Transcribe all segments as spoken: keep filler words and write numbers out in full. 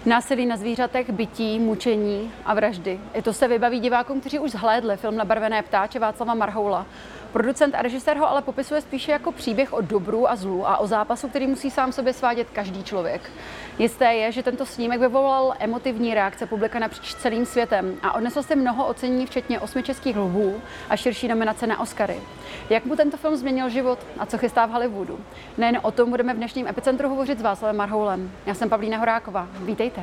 Násilí na zvířatech, bytí, mučení a vraždy. I to se vybaví divákům, kteří už zhlédli film Nabarvené ptáče Václava Marhoula. Producent a režisér ho ale popisuje spíše jako příběh o dobru a zlu a o zápasu, který musí sám sobě svádět každý člověk. Jisté je, že tento snímek vyvolal emotivní reakce publika napříč celým světem a odnesl si mnoho ocenění, včetně osmi českých lvů a širší nominace na Oscary. Jak mu tento film změnil život a co chystá v Hollywoodu? Nejen o tom budeme v dnešním Epicentru hovořit s Václavem Marhoulem. Já jsem Pavlína Horáková. Vítejte.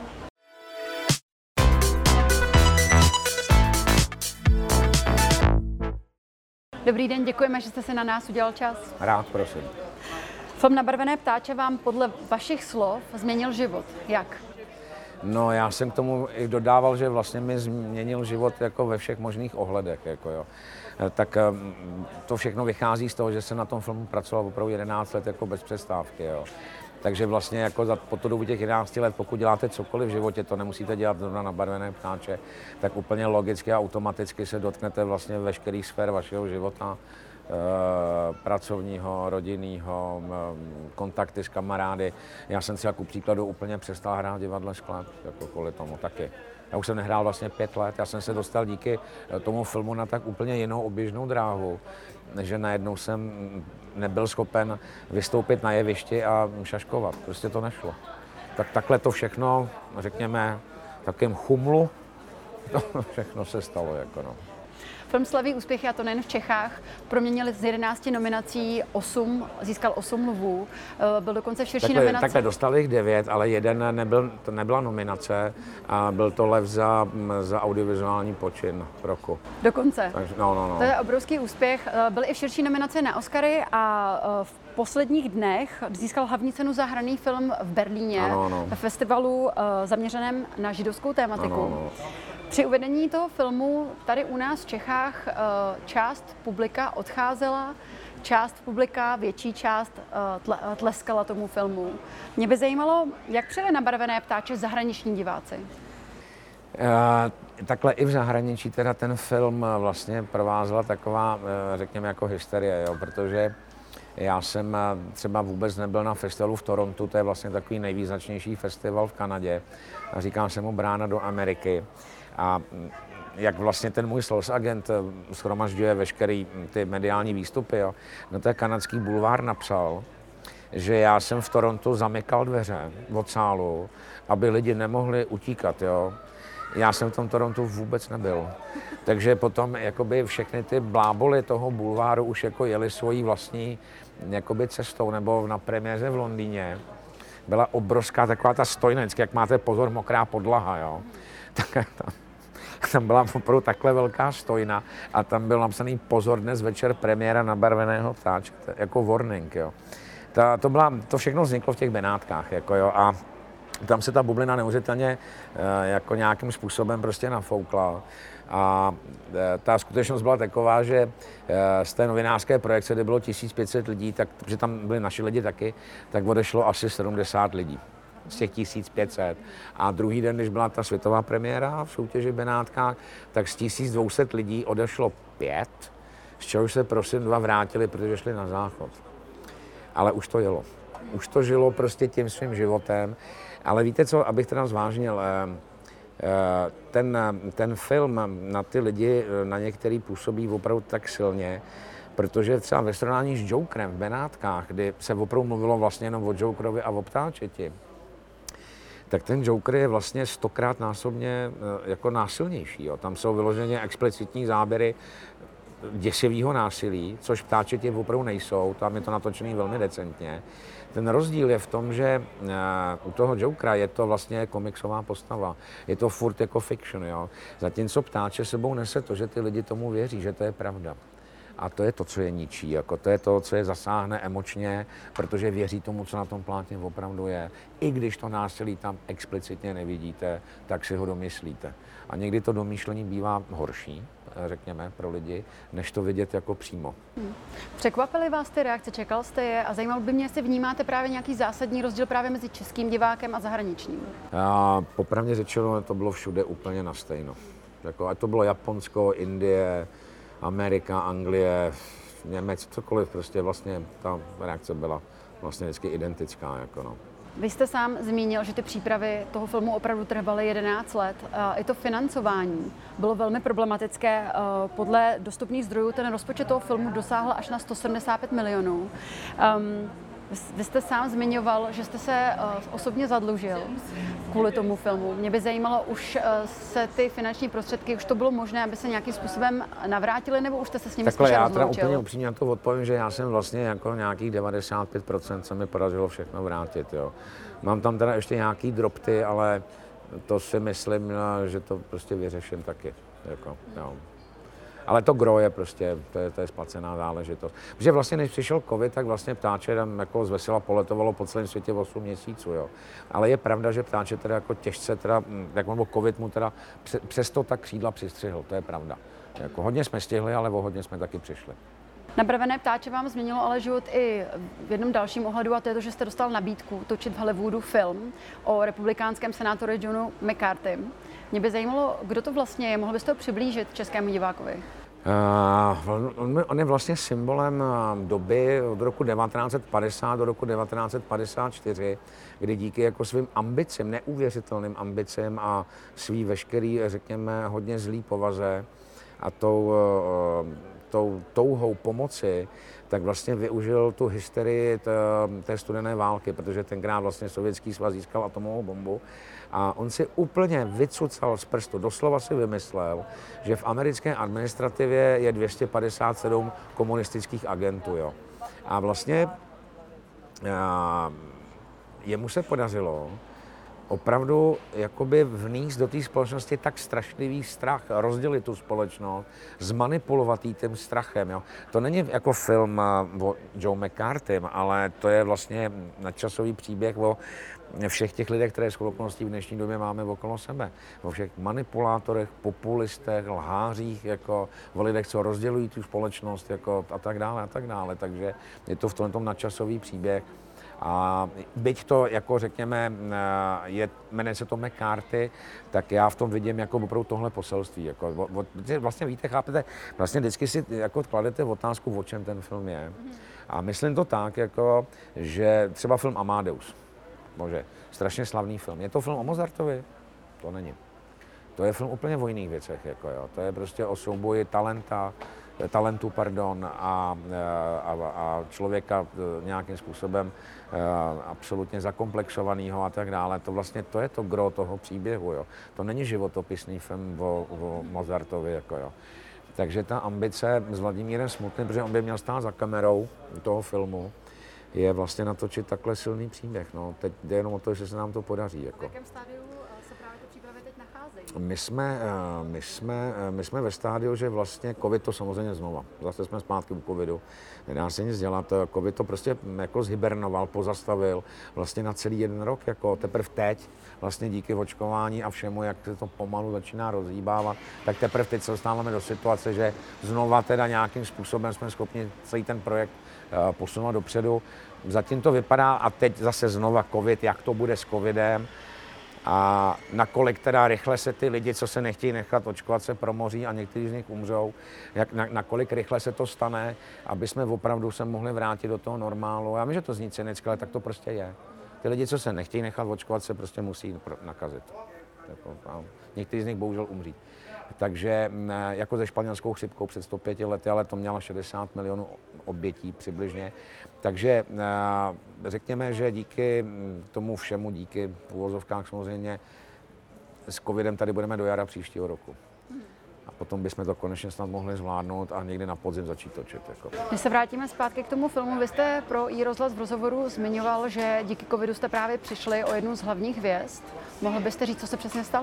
Dobrý den, děkujeme, že jste si na nás udělal čas. Rád, prosím. Film Nabarvené ptáče vám podle vašich slov změnil život. Jak? No, já jsem k tomu i dodával, že vlastně mi změnil život jako ve všech možných ohledech. Jako jo. Tak to všechno vychází z toho, že jsem na tom filmu pracoval opravdu jedenáct let jako bez přestávky. Jo. Takže vlastně jako za, po tu dobu těch jedenácti let, pokud děláte cokoliv v životě, to nemusíte dělat zrovna Nabarvené ptáče, tak úplně logicky a automaticky se dotknete vlastně veškerých sfér vašeho života, e, pracovního, rodinného, e, kontakty s kamarády. Já jsem si jako příkladu úplně přestal hrát divadle Sklep, jako kvůli tomu taky. Já už jsem nehrál vlastně pět let, já jsem se dostal díky tomu filmu na tak úplně jinou oběžnou dráhu, že najednou jsem nebyl schopen vystoupit na jevišti a šaškovat. Prostě to nešlo. Tak takhle to všechno, řekněme, takým chumlu, to všechno se stalo. Jako no. Film slaví úspěchy, a to nejen v Čechách. Proměnil z jedenácti nominací osm, získal osm lvů. Byl dokonce v širší takhle, nominaci. Takhle dostal jich devět, ale jeden nebyl, to nebyla nominace a byl to lev za, za audiovizuální počin roku. Dokonce. Takže, no, no, no. To je obrovský úspěch. Byl i v širší nominaci na Oscary a v posledních dnech získal hlavní cenu za hraný film v Berlíně, ano, ano. ve festivalu zaměřeném na židovskou tématiku. Ano, ano. Při uvedení toho filmu tady u nás v Čechách část publika odcházela, část publika, větší část tleskala tomu filmu. Mě by zajímalo, jak přijeli Nabarvené ptáče zahraniční diváci? Uh, takhle i v zahraničí teda ten film vlastně provázela taková, řekněme, jako hysterie, jo, protože já jsem třeba vůbec nebyl na festivalu v Torontu, to je vlastně takový nejvýznačnější festival v Kanadě. A říkám se mu Brána do Ameriky. A jak vlastně ten můj sales agent shromažďuje veškerý ty mediální výstupy, jo, no to je kanadský bulvár napsal, že já jsem v Torontu zamykal dveře od sálu, aby lidi nemohli utíkat, jo. Já jsem v tom Torontu vůbec nebyl. Takže potom jakoby všechny ty bláboly toho bulváru už jako jeli svojí vlastní jakoby cestou, nebo na premiéře v Londýně byla obrovská taková ta stojna, vždycky, jak máte pozor, mokrá podlaha, jo. Tak tam, tam byla opravdu takhle velká stojna a tam byl napsaný pozor, dnes večer premiéra Nabarveného ptáče, jako warning, jo. Ta, to, byla, to všechno vzniklo v těch Benátkách, jako jo, a tam se ta bublina neuvěřitelně jako nějakým způsobem prostě nafoukla. A ta skutečnost byla taková, že z té novinářské projekce, kde bylo tisíc pět set lidí, tak, protože tam byli naši lidi taky, tak odešlo asi sedmdesát lidí z těch tisíc pět set. A druhý den, když byla ta světová premiéra v soutěži v Benátkách, tak z tisíc dvě stě lidí odešlo pět, z čehož se prosím dva vrátili, protože šli na záchod. Ale už to jelo. Už to žilo prostě tím svým životem. Ale víte co, abych teda zvážnil, ten, ten film na ty lidi, na některý působí opravdu tak silně, protože třeba ve srovnání s Jokerem v Benátkách, kdy se opravdu mluvilo vlastně jenom o Jokerovi a o ptáčeti, tak ten Joker je vlastně stokrát násobně jako násilnější. Jo. Tam jsou vyloženě explicitní záběry děsivého násilí, což ptáčeti opravdu nejsou, tam je to natočený velmi decentně. Ten rozdíl je v tom, že u toho Jokera je to vlastně komiksová postava. Je to furt jako fiction, jo. Zatímco ptáče sebou nese to, že ty lidi tomu věří, že to je pravda. A to je to, co je ničí, jako to je to, co je zasáhne emočně, protože věří tomu, co na tom plátně opravdu je. I když to násilí tam explicitně nevidíte, tak si ho domyslíte. A někdy to domýšlení bývá horší, řekněme, pro lidi, než to vidět jako přímo. Hmm. Překvapily vás ty reakce, čekal jste je a zajímalo by mě, jestli vnímáte právě nějaký zásadní rozdíl právě mezi českým divákem a zahraničním? A popravdě řečeno, to bylo všude úplně na stejno. Jako, ať to bylo Japonsko, Indie, Amerika, Anglie, Němec, cokoliv, prostě vlastně ta reakce byla vlastně vždycky identická. Jako no. Vy jste sám zmínil, že ty přípravy toho filmu opravdu trvaly jedenáct let. I to financování bylo velmi problematické. Podle dostupných zdrojů ten rozpočet toho filmu dosáhl až na sto sedmdesát pět milionů. Vy jste sám zmiňoval, že jste se osobně zadlužil kvůli tomu filmu. Mě by zajímalo, už se ty finanční prostředky, už to bylo možné, aby se nějakým způsobem navrátily, nebo už jste se s nimi spíše rozloučil? Takhle já teda úplně upřímně na to odpovím, že já jsem vlastně jako nějakých devadesát pět procent se mi podařilo všechno vrátit. Jo. Mám tam teda ještě nějaký dropty, ale to si myslím, že to prostě vyřeším taky. Jako, jo. Ale to gro je prostě, to je, to je splacená záležitost. Protože vlastně, než přišel covid, tak vlastně Ptáče tam jako zvesela poletovalo po celém světě osm měsíců, jo. Ale je pravda, že Ptáče teda jako těžce teda, jak on covid mu teda přesto tak křídla přistřihl, to je pravda. Jako hodně jsme stihli, ale o hodně jsme taky přišli. Nabarvené ptáče vám změnilo ale život i v jednom dalším ohledu, a to je to, že jste dostal nabídku točit v Hollywoodu film o republikánském senátore Johnu McCarthym. Mě by zajímalo, kdo to vlastně je, mohl byste to přiblížit českému divákovi? Uh, on, on je vlastně symbolem doby od roku devatenáct set padesát do roku devatenáct set padesát čtyři, kdy díky jako svým ambicím, neuvěřitelným ambicím a svý veškerý, řekněme, hodně zlý povaze a tou, tou touhou pomoci, tak vlastně využil tu hysterii té studené války, protože tenkrát vlastně Sovětský svaz získal atomovou bombu a on si úplně vycucal z prstu, doslova si vymyslel, že v americké administrativě je dvě stě padesát sedm komunistických agentů. Jo. A vlastně a, jemu se podařilo opravdu jakoby vníst do té společnosti tak strašlivý strach, rozdělit tu společnost, zmanipulovat jí tím strachem. Jo. To není jako film o Joe McCarthym, ale to je vlastně nadčasový příběh o všech těch lidech, které shodou okolností v dnešní době máme okolo sebe. O všech manipulátorech, populistech, lhářích, jako o lidech, co rozdělují tu společnost jako a tak dále a tak dále. Takže je to v tomto nadčasový příběh. A byť to, jako řekněme, je, jmenuje se to McCarthy, tak já v tom vidím jako opravdu tohle poselství. Jako, o, vlastně víte, chápete, vlastně vždycky si jako kladete otázku, o čem ten film je. A myslím to tak, jako, že třeba film Amadeus, bože, strašně slavný film. Je to film o Mozartovi? To není. To je film úplně o jiných věcech. Jako, jo. To je prostě o souboji talenta, talentu pardon, a, a, a člověka nějakým způsobem absolutně zakomplexovaného a tak dále. To vlastně to je to gro toho příběhu. Jo. To není životopisný film o, o Mozartovi. Jako, jo. Takže ta ambice s Vladimírem Smutným, protože on by měl stát za kamerou toho filmu, je vlastně natočit takhle silný příběh. No. Teď jde jenom o to, že se nám to podaří. Jako. V jakém stádiu se právě ty přípravy teď nacházejí? My jsme, my, jsme, my jsme ve stádiu, že vlastně covid to samozřejmě znova. Zase jsme zpátky u covidu. Nedá se nic dělat. Covid to prostě jako zhibernoval, pozastavil vlastně na celý jeden rok. Jako teprve teď, vlastně díky očkování a všemu, jak se to pomalu začíná rozhýbávat, tak teprve teď se dostáváme do situace, že znova teda nějakým způsobem jsme schopni celý ten projekt posunout dopředu. Zatím to vypadá a teď zase znova covid, jak to bude s covidem a nakolik teda rychle se ty lidi, co se nechtějí nechat očkovat, se promoří a někteří z nich umřou, jak, na, nakolik rychle se to stane, aby jsme opravdu se mohli vrátit do toho normálu. Já vím, že to zní cynicky, ale tak to prostě je. Ty lidi, co se nechtějí nechat očkovat, se prostě musí nakazit. Někteří z nich bohužel umří. Takže jako se španělskou chřipkou před sto pěti lety, ale to měla šedesát milionů obětí přibližně. Takže řekněme, že díky tomu všemu, díky v uvozovkách samozřejmě, s covidem tady budeme do jara příštího roku. A potom bychom to konečně snad mohli zvládnout a někdy na podzim začít točit. Jako. Když se vrátíme zpátky k tomu filmu, vy jste pro iRozhlas v rozhovoru zmiňoval, že díky covidu jste právě přišli o jednu z hlavních hvězd. Mohl byste říct, co se přesně stalo?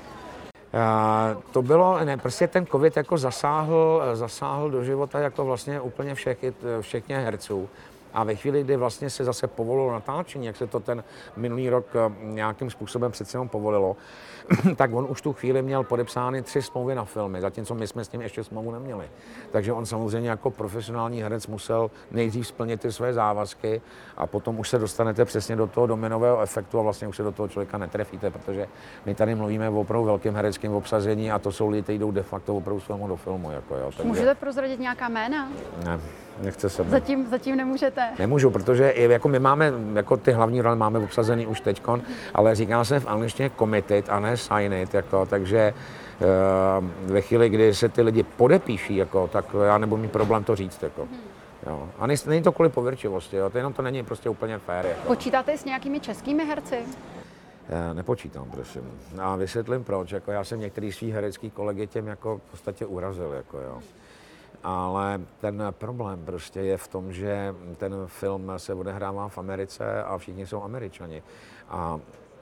Uh, to bylo, ne, prostě ten covid jako zasáhl, zasáhl do života jako vlastně úplně všech, všechně herců. A ve chvíli, kdy vlastně se zase povolilo natáčení, jak se to ten minulý rok nějakým způsobem přece jenom povolilo, tak on už tu chvíli měl podepsány tři smlouvy na filmy, zatímco my jsme s tím ještě smlouvu neměli. Takže on samozřejmě jako profesionální herec musel nejdřív splnit ty své závazky a potom už se dostanete přesně do toho dominového efektu a vlastně už se do toho člověka netrefíte, protože my tady mluvíme o opravdu velkém hereckém obsazení a to jsou lidi, kteří jdou de facto opravdu z filmu do filmu. Jako, jo. Takže... Můžete prozradit nějaká jména? Ne, nechce se. Zatím, zatím nemůžete? nemůžete? Nemůžu, protože i jako my máme, jako ty hlavní role máme obsazený už teďkon, ale říká se v angličtině committed a ne sign it, jako, takže uh, ve chvíli, kdy se ty lidi podepíší, jako, tak já nebudu mít problém to říct. Jako. Jo. A není to kvůli pověrčivosti, jo. To jenom to není prostě úplně fér. Jako. Počítáte s nějakými českými herci? Já nepočítám, prosím. A vysvětlím proč. Jako já jsem některý svých hereckých kolegy těm jako v podstatě urazil. Jako, jo. Ale ten problém prostě je v tom, že ten film se odehrává v Americe a všichni jsou Američani. A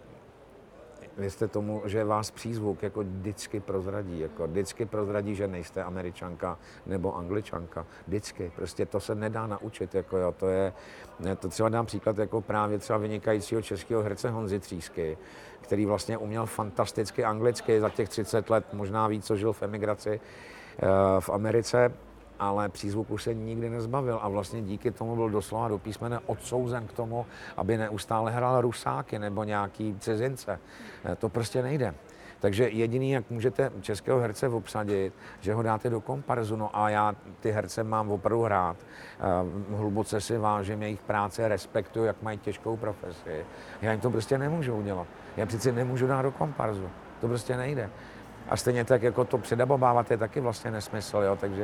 věřte tomu, že vás přízvuk jako vždycky prozradí, jako vždycky prozradí, že nejste Američanka nebo Angličanka. Vždycky, prostě to se nedá naučit, jako jo, to je, to třeba dám příklad jako právě třeba vynikajícího českého herce Honzy Třísky, který vlastně uměl fantasticky anglicky za těch třicet let, možná víc, co žil v emigraci v Americe, ale přízvuku se nikdy nezbavil a vlastně díky tomu byl doslova do písmene odsouzen k tomu, aby neustále hrál Rusáky nebo nějaký cizince. To prostě nejde. Takže jediný, jak můžete českého herce obsadit, že ho dáte do komparzu, no a já ty herce mám opravdu rád. Hluboce si vážím jejich práce, respektuju, jak mají těžkou profesi. Já jim to prostě nemůžu udělat. Já přeci nemůžu dát do komparzu. To prostě nejde. A stejně tak, jako to předababávat je taky vlastně nesmysl, jo, takže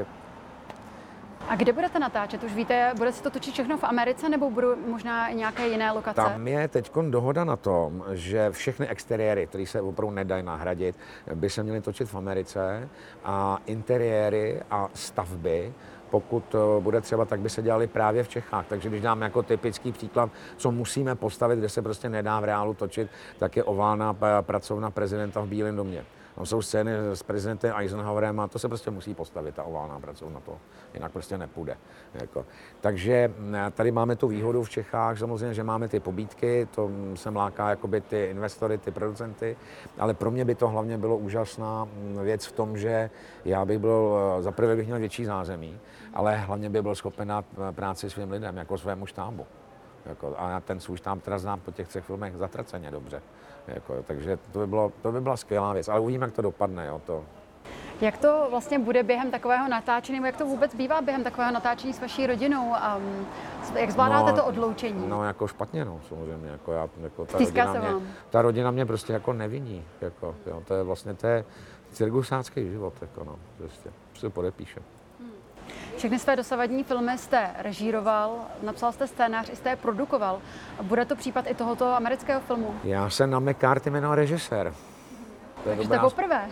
a kde budete natáčet? Už víte, bude se to točit všechno v Americe nebo budou možná i nějaké jiné lokace? Tam je teď dohoda na tom, že všechny exteriéry, které se opravdu nedají nahradit, by se měly točit v Americe a interiéry a stavby, pokud bude třeba, tak by se dělali právě v Čechách. Takže když dám jako typický příklad, co musíme postavit, kde se prostě nedá v reálu točit, tak je oválná pracovna prezidenta v Bílém domě. Tam jsou scény s prezidentem Eisenhowerem a to se prostě musí postavit, ta oválná pracovna, to jinak prostě nepůjde. Jako. Takže tady máme tu výhodu v Čechách, samozřejmě, že máme ty pobídky, to sem láká jakoby ty investory, ty producenty, ale pro mě by to hlavně bylo úžasná věc v tom, že já bych byl, za prvé bych měl větší zázemí, ale hlavně by byl schopen dát práci svým lidem, jako svému štábu. Jako, a já ten svůj štáb teda znám po těch třech filmech zatraceně dobře. Jako, takže to by, bylo, to by byla skvělá věc, ale uvidíme, jak to dopadne. Jo, to. Jak to vlastně bude během takového natáčení, nebo jak to vůbec bývá během takového natáčení s vaší rodinou? Um, jak zvládáte no, to odloučení? No jako špatně, no, samozřejmě. Jako já, jako ta, Stýská rodina se mě, vám. ta rodina mě prostě jako neviní. Jako, jo, to je vlastně to je cirkusácký život. Jako, no, prostě, se podepíše. Všechny své dosavadní filmy jste režíroval, napsal jste scénář, i jste je produkoval. Bude to případ i tohoto amerického filmu? Já jsem na McCarthy jmenoval režisér. To je Takže to je poprvé.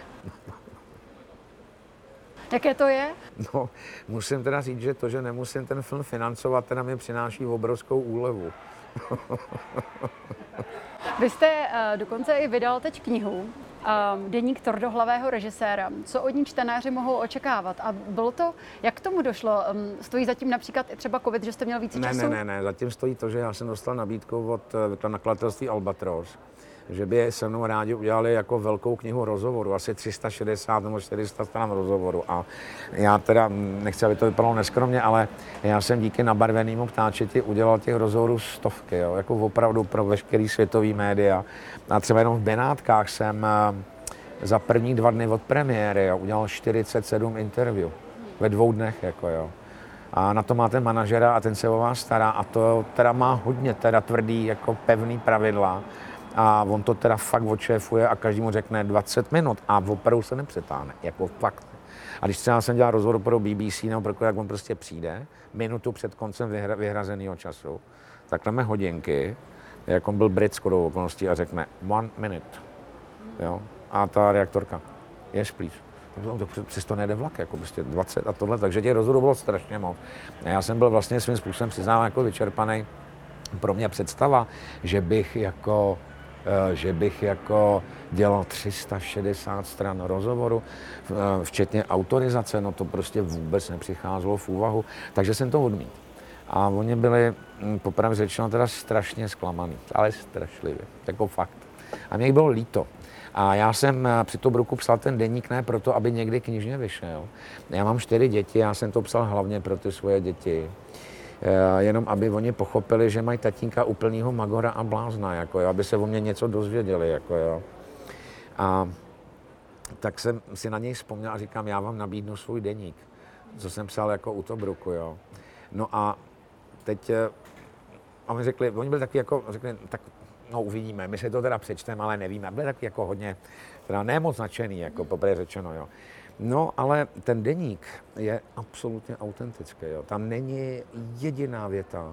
Jaké to je? No, musím teda říct, že to, že nemusím ten film financovat, teda mi přináší obrovskou úlevu. Vy jste uh, dokonce i vydal teď knihu, um, Deník tvrdohlavého režiséra. Co od ní čtenáři mohou očekávat? A bylo to, jak k tomu došlo? Um, stojí zatím například i třeba covid, že jste měl víc ne, času? Ne, ne, ne, zatím stojí to, že já jsem dostal nabídku od nakladatelství Albatros, že by se mnou rádi udělali jako velkou knihu rozhovoru, asi tři sta šedesát nebo čtyři sta stran rozhovoru. A já teda, nechci, aby to vypadalo neskromně, ale já jsem díky nabarvenému ptáčeti udělal těch rozhovorů stovky, jo, jako opravdu pro veškerý světový média. A třeba jenom v Benátkách jsem za první dva dny od premiéry jo, udělal čtyřicet sedm interview ve dvou dnech, jako jo. A na to máte manažera a ten se o vás stará a to teda má hodně teda tvrdý, jako pevný pravidla. A on to teda fakt odšéfuje a každému řekne dvacet minut a opravdu se nepřetáhne, jako fakt. A když třeba jsem dělal rozhovor pro B B C nebo pro jak on prostě přijde, minutu před koncem vyhra, vyhrazeného času, tak dáme hodinky, jak on byl Brit shodou okolností a řekne one minute, jo, a ta reaktorka, yes please. To přesto nejde vlak, jako prostě dvacet a tohle, takže těch rozhovorů bylo strašně moc. A já jsem byl vlastně svým způsobem přiznávám jako vyčerpaný. Pro mě představa, že bych jako že bych jako dělal tři sta šedesát stran rozhovoru, včetně autorizace, no to prostě vůbec nepřicházelo v úvahu, takže jsem to odmítl. A oni byli, popravdě řečeno, teda strašně zklamaný, ale strašlivě, jako fakt. A mě jich bylo líto. A já jsem při tom roku psal ten deník ne proto, aby někdy knižně vyšel. Já mám čtyři děti, já jsem to psal hlavně pro ty svoje děti. Jenom aby oni pochopili, že mají tatínka úplnýho magora a blázna, jako jo, aby se o mě něco dozvěděli. Jako jo. A tak jsem si na něj vzpomněl a říkám, já vám nabídnu svůj deník, co jsem psal jako u Tobruku. Jo. No a teď, a my řekli, oni byli taky jako, řekli, tak no uvidíme, my si to teda přečteme, ale nevíme. Byli taky jako hodně, teda ne moc nadšený, jako poprvé řečeno, jo. No, ale ten deník je absolutně autentický, jo. Tam není jediná věta,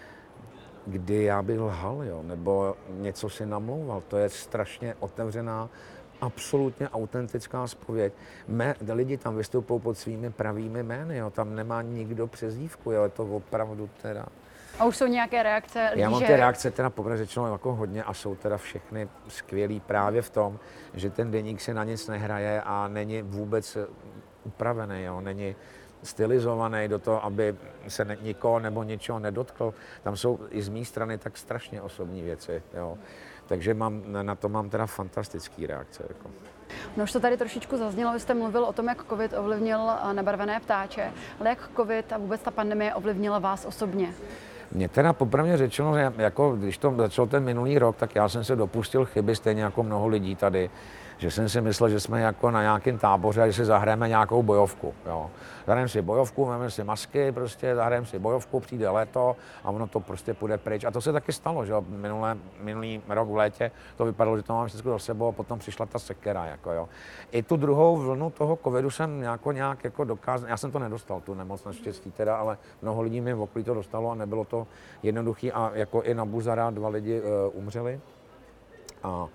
kdy já bych lhal, jo, nebo něco si namlouval. To je strašně otevřená, absolutně autentická zpověď. Mé, lidi tam vystoupou pod svými pravými jmény, jo. Tam nemá nikdo přezdívku, jo. Je to opravdu teda... A už jsou nějaké reakce lidí, Já mám že... ty reakce teda poprvé řečeno jako hodně a jsou teda všechny skvělý právě v tom, že ten deník si na nic nehraje a není vůbec upravený, jo. Není stylizovaný do toho, aby se ne, nikoho nebo něčeho nedotkl. Tam jsou i z mé strany tak strašně osobní věci, jo. Takže mám, na to mám teda fantastický reakce. Jako. No už to tady trošičku zaznělo, vy jste mluvil o tom, jak covid ovlivnil Nebarvené ptáče, ale jak covid a vůbec ta pandemie ovlivnila vás osobně? Mně teda popravdě řečeno, že jako, když to začal ten minulý rok, tak já jsem se dopustil chyby stejně jako mnoho lidí tady, že jsem si myslel, že jsme jako na nějakém táboře a že si zahrajeme nějakou bojovku. Jo. Zahrajeme si bojovku, máme si masky, prostě zahrajeme si bojovku, přijde léto a ono to prostě půjde pryč. A to se taky stalo, že jo. Minulé, minulý rok v létě to vypadalo, že to máme všechno za sebou a potom přišla ta sekera. Jako, jo. I tu druhou vlnu toho covidu jsem jako nějak jako dokázal, já jsem to nedostal, tu nemoc naštěstí teda, ale mnoho lidí mi v okolí to dostalo a nebylo to jednoduchý a jako i na Buzara dva lidi uh, umřeli. A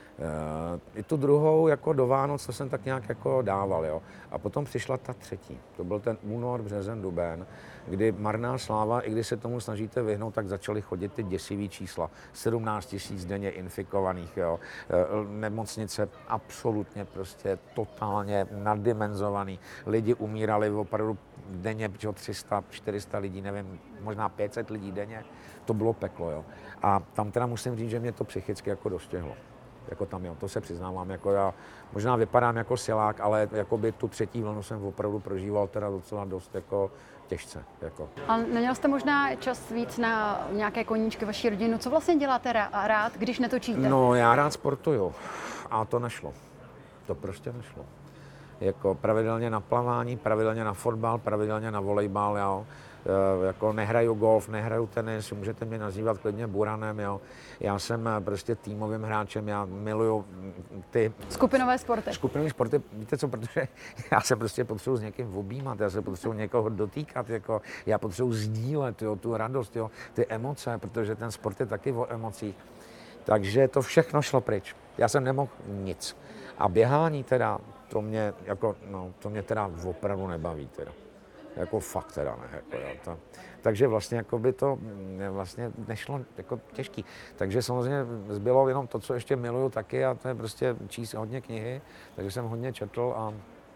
Uh, i tu druhou jako do Vánoc, co jsem tak nějak jako dával, jo. A potom přišla ta třetí, to byl ten únor, březen, duben, kdy marná sláva, i když se tomu snažíte vyhnout, tak začaly chodit ty děsivý čísla. sedmnáct tisíc denně infikovaných, jo. Uh, nemocnice absolutně prostě totálně naddimenzovaný. Lidi umírali opravdu denně, tři sta, čtyři sta lidí, nevím, možná pět set lidí denně. To bylo peklo, jo. A tam teda musím říct, že mě to psychicky jako dostihlo. Jako tam, jo, to se přiznávám, jako já možná vypadám jako silák, ale jakoby tu třetí vlnu jsem opravdu prožíval teda docela dost jako těžce. Jako. A neměl jste možná čas víc na nějaké koníčky vaší rodinu? Co vlastně děláte rád, když netočíte? No, já rád sportuju a to nešlo. To prostě nešlo. Jako pravidelně na plavání, pravidelně na fotbal, pravidelně na volejbal, jo. E, jako nehraju golf, nehraju tenis, můžete mě nazývat klidně buranem, jo. Já jsem prostě týmovým hráčem, já miluju ty... Skupinové sporty. Skupinové sporty, víte co, protože já se prostě potřebuji s někým objímat, já se potřebuji někoho dotýkat, jako já potřebuji sdílet, jo, tu radost, jo, ty emoce, protože ten sport je taky o emocích. Takže to všechno šlo pryč. Já jsem nemohl nic. A běhání teda, to mě, jako, no, to mě teda opravdu nebaví teda. Jako fakt teda ne. Jako, jo, to, takže vlastně jako by to vlastně nešlo jako těžký. Takže samozřejmě zbylo jenom to, co ještě miluju taky a to je prostě číst hodně knihy. Takže jsem hodně četl a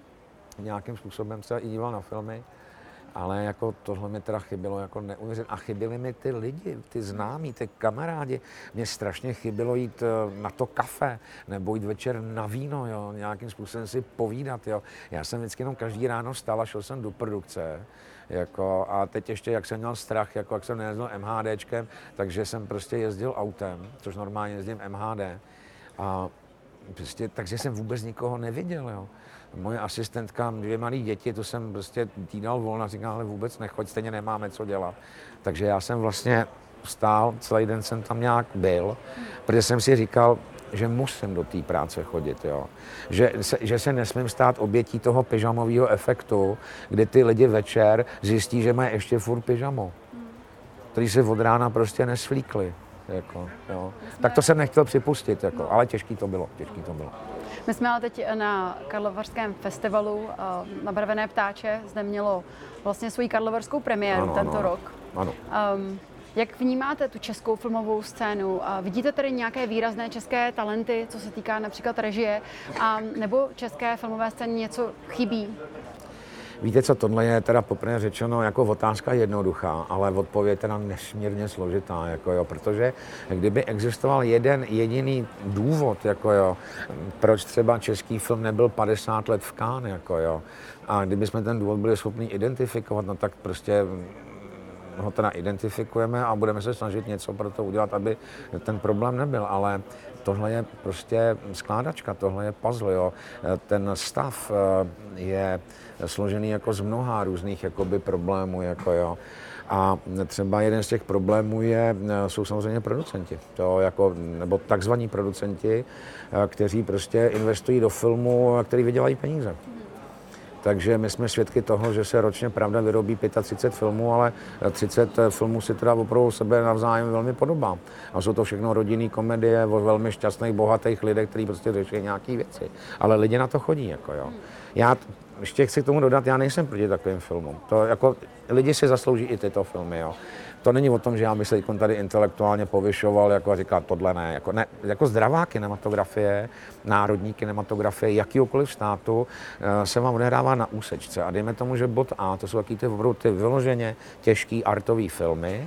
nějakým způsobem se i díval na filmy. Ale jako tohle mi teda chybilo jako neuvěřitelně. A chyběly mi ty lidi, ty známí, ty kamarádi. Mně strašně chybilo jít na to kafe, nebo jít večer na víno, jo, nějakým způsobem si povídat, jo. Já jsem vždycky jenom každý ráno vstal a šel jsem do produkce, jako, a teď ještě, jak jsem měl strach, jako jak jsem nejezdil MHDčkem, takže jsem prostě jezdil autem, což normálně jezdím M H D. A prostě, takže jsem vůbec nikoho neviděl, jo. Moje asistentka, dvě malé děti, to jsem prostě týdal volno a říkal, ale vůbec nechoď, stejně nemáme co dělat. Takže já jsem vlastně vstál, celý den jsem tam nějak byl, protože jsem si říkal, že musím do té práce chodit, jo. Že, se, že se nesmím stát obětí toho pyžamového efektu, kdy ty lidi večer zjistí, že mají ještě furt pyžamo, který se od rána prostě nesvlíkli. Jako, jo. Tak to jsem nechtěl připustit, jako, ale těžký to bylo, těžký to bylo. My jsme ale teď na Karlovarském festivalu Nebarvené ptáče, zde mělo vlastně svoji karlovarskou premiéru ano, tento ano, rok. Ano. Um, jak vnímáte tu českou filmovou scénu? A vidíte tady nějaké výrazné české talenty, co se týká například režie, a nebo české filmové scéně něco chybí? Víte co, tohle je teda poprvé řečeno jako otázka jednoduchá, ale odpověď teda nesmírně složitá, jako jo, protože kdyby existoval jeden jediný důvod, jako jo, proč třeba český film nebyl padesát let v Cannes, jako jo, a kdyby jsme ten důvod byli schopni identifikovat, no tak prostě ho teda identifikujeme a budeme se snažit něco pro to udělat, aby ten problém nebyl, ale tohle je prostě skládačka, tohle je puzzle, jo. Ten stav je složený jako z mnoha různých jakoby problémů, jako jo. A třeba jeden z těch problémů je, jsou samozřejmě producenti, to jako, nebo takzvaní producenti, kteří prostě investují do filmu, který vydělají peníze. Takže my jsme svědky toho, že se ročně pravda vyrobí třicet pět filmů, ale třicet filmů si teda opravdu sebe navzájem velmi podobá. A jsou to všechno rodinné komedie o velmi šťastných, bohatých lidech, kteří prostě řeší nějaké věci. Ale lidi na to chodí, jako jo. Já ještě chci k tomu dodat, já nejsem proti takovým filmům. To jako, lidi si zaslouží i tyto filmy, jo. To není o tom, že já bych se tady intelektuálně povyšoval, jako a říkal, tohle ne. Jako, ne, jako zdravá kinematografie, národní kinematografie, jakýkoliv státu se vám odehrává na úsečce. A dejme tomu, že bod A, to jsou taky ty, ty vyloženě těžký artový filmy,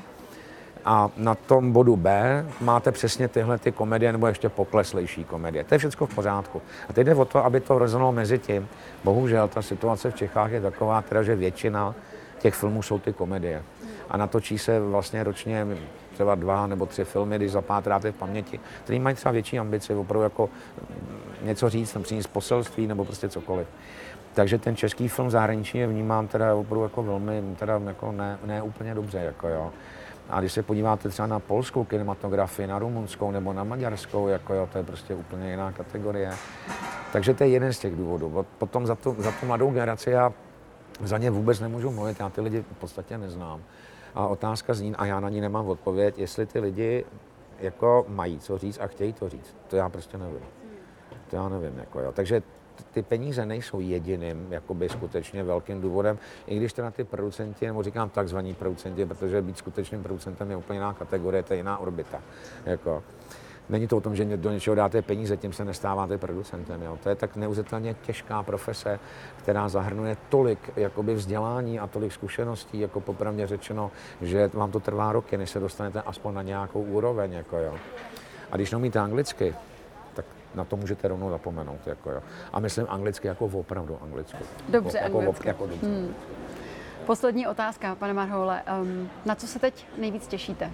a na tom bodu B máte přesně tyhle ty komedie nebo ještě pokleslejší komedie. To je všechno v pořádku. A teď jde o to, aby to rozhodlo mezi tím. Bohužel ta situace v Čechách je taková, teda, že většina těch filmů jsou ty komedie. A natočí se vlastně ročně třeba dva nebo tři filmy, když zapátráte v paměti, který mají třeba větší ambici, opravdu jako něco říct, přinést poselství nebo prostě cokoliv. Takže ten český film zahraničí je vnímám teda opravdu jako velmi, teda jako ne, ne úplně dobře, jako jo. A když se podíváte třeba na polskou kinematografii, na rumunskou nebo na maďarskou, jako jo, to je prostě úplně jiná kategorie. Takže to je jeden z těch důvodů. Potom za tu, za tu mladou generaci já za ně vůbec nemůžu mluvit, já ty lidi v podstatě neznám. A otázka zní, a já na ní nemám odpověď, jestli ty lidi jako mají co říct a chtějí to říct. To já prostě nevím. To já nevím, jako jo. Takže ty peníze nejsou jediným, jakoby skutečně velkým důvodem, i když teda ty producenti, nebo říkám takzvaní producenti, protože být skutečným producentem je úplně jiná kategorie, to je jiná orbita. Jako, není to o tom, že do něčeho dáte peníze, tím se nestáváte producentem. Jo. To je tak neuvěřitelně těžká profese, která zahrnuje tolik jakoby vzdělání a tolik zkušeností, jako popravdě řečeno, že vám to trvá roky, než se dostanete aspoň na nějakou úroveň. Jako jo. A když neumíte anglicky, tak na to můžete rovnou zapomenout. Jako jo. A myslím anglicky jako opravdu anglicky. Dobře, jako, anglicky. Jako dobře. Hmm. Poslední otázka, pane Marhoule. Um, na co se teď nejvíc těšíte?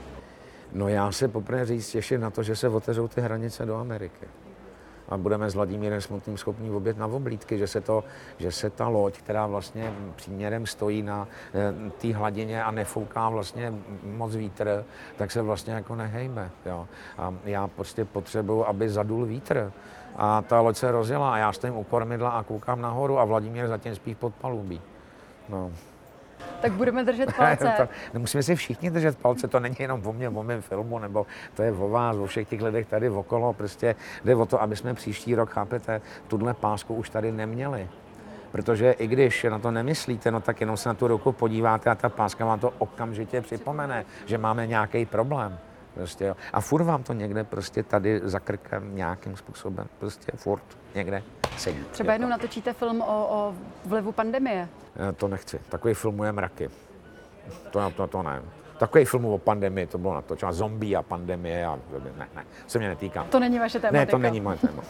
No já se poprvé říct těším na to, že se otevřou ty hranice do Ameriky. A budeme s Vladimírem Smutným schopní obět na oblídky, že se, to, že se ta loď, která vlastně příměrem stojí na e, té hladině a nefouká vlastně moc vítr, tak se vlastně jako nehejme. Jo. A já prostě potřebuji, aby zadul vítr. A ta loď se rozjela a já stojím u kormidla a koukám nahoru a Vladimír zatím spí pod palubí. No. Tak budeme držet palce. to, nemusíme si všichni držet palce, to není jenom o mě, o mém filmu, nebo to je o vás, o všech těch lidech tady okolo. Prostě jde o to, aby jsme příští rok, chápete, tuhle pásku už tady neměli. Protože i když na to nemyslíte, no tak jenom se na tu ruku podíváte a ta páska vám to okamžitě připomene, že máme nějaký problém. Prostě, jo. A furt vám to někde prostě tady za krkem nějakým způsobem, prostě furt někde sedí. Třeba jednou natočíte film o, o vlivu pandemie. To nechci. Takový film je mraky. To, to, to ne. Takový film o pandemii, to bylo natočeno. Zombie a pandemie a ne, ne, se mě netýká. To není vaše téma. Ne, to není moje téma.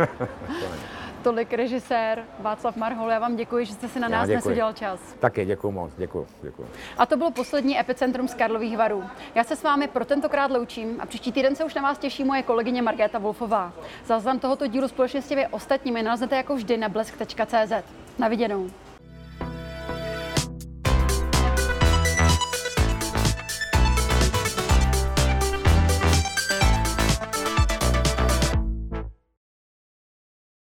to není. Tolik režisér Václav Marhoul, já vám děkuji, že jste si na nás dnes udělal čas. Taky děkuji moc, děkuji, děkuji. A to bylo poslední Epicentrum z Karlových Varů. Já se s vámi pro tentokrát loučím a příští týden se už na vás těší moje kolegyně Markéta Wolfová. Záznam tohoto dílu společně s těmi ostatními naleznete jako vždy na blesk tečka cé zet. Na viděnou.